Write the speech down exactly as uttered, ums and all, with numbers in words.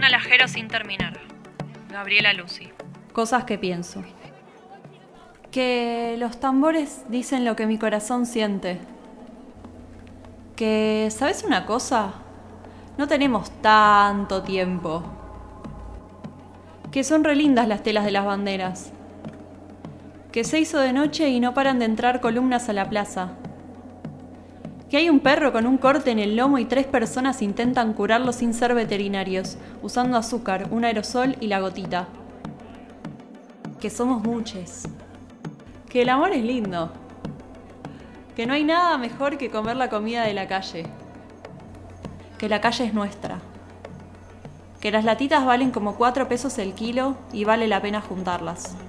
un alajero sin terminar. Gabriela Lucy. Cosas que pienso. Que los tambores dicen lo que mi corazón siente. Que, ¿sabes una cosa? No tenemos tanto tiempo. Que son re lindas las telas de las banderas. Que se hizo de noche y no paran de entrar columnas a la plaza. Que hay un perro con un corte en el lomo y tres personas intentan curarlo sin ser veterinarios, usando azúcar, un aerosol y la gotita. Que somos muchos. Que el amor es lindo. Que no hay nada mejor que comer la comida de la calle. Que la calle es nuestra. Que las latitas valen como cuatro pesos el kilo y vale la pena juntarlas.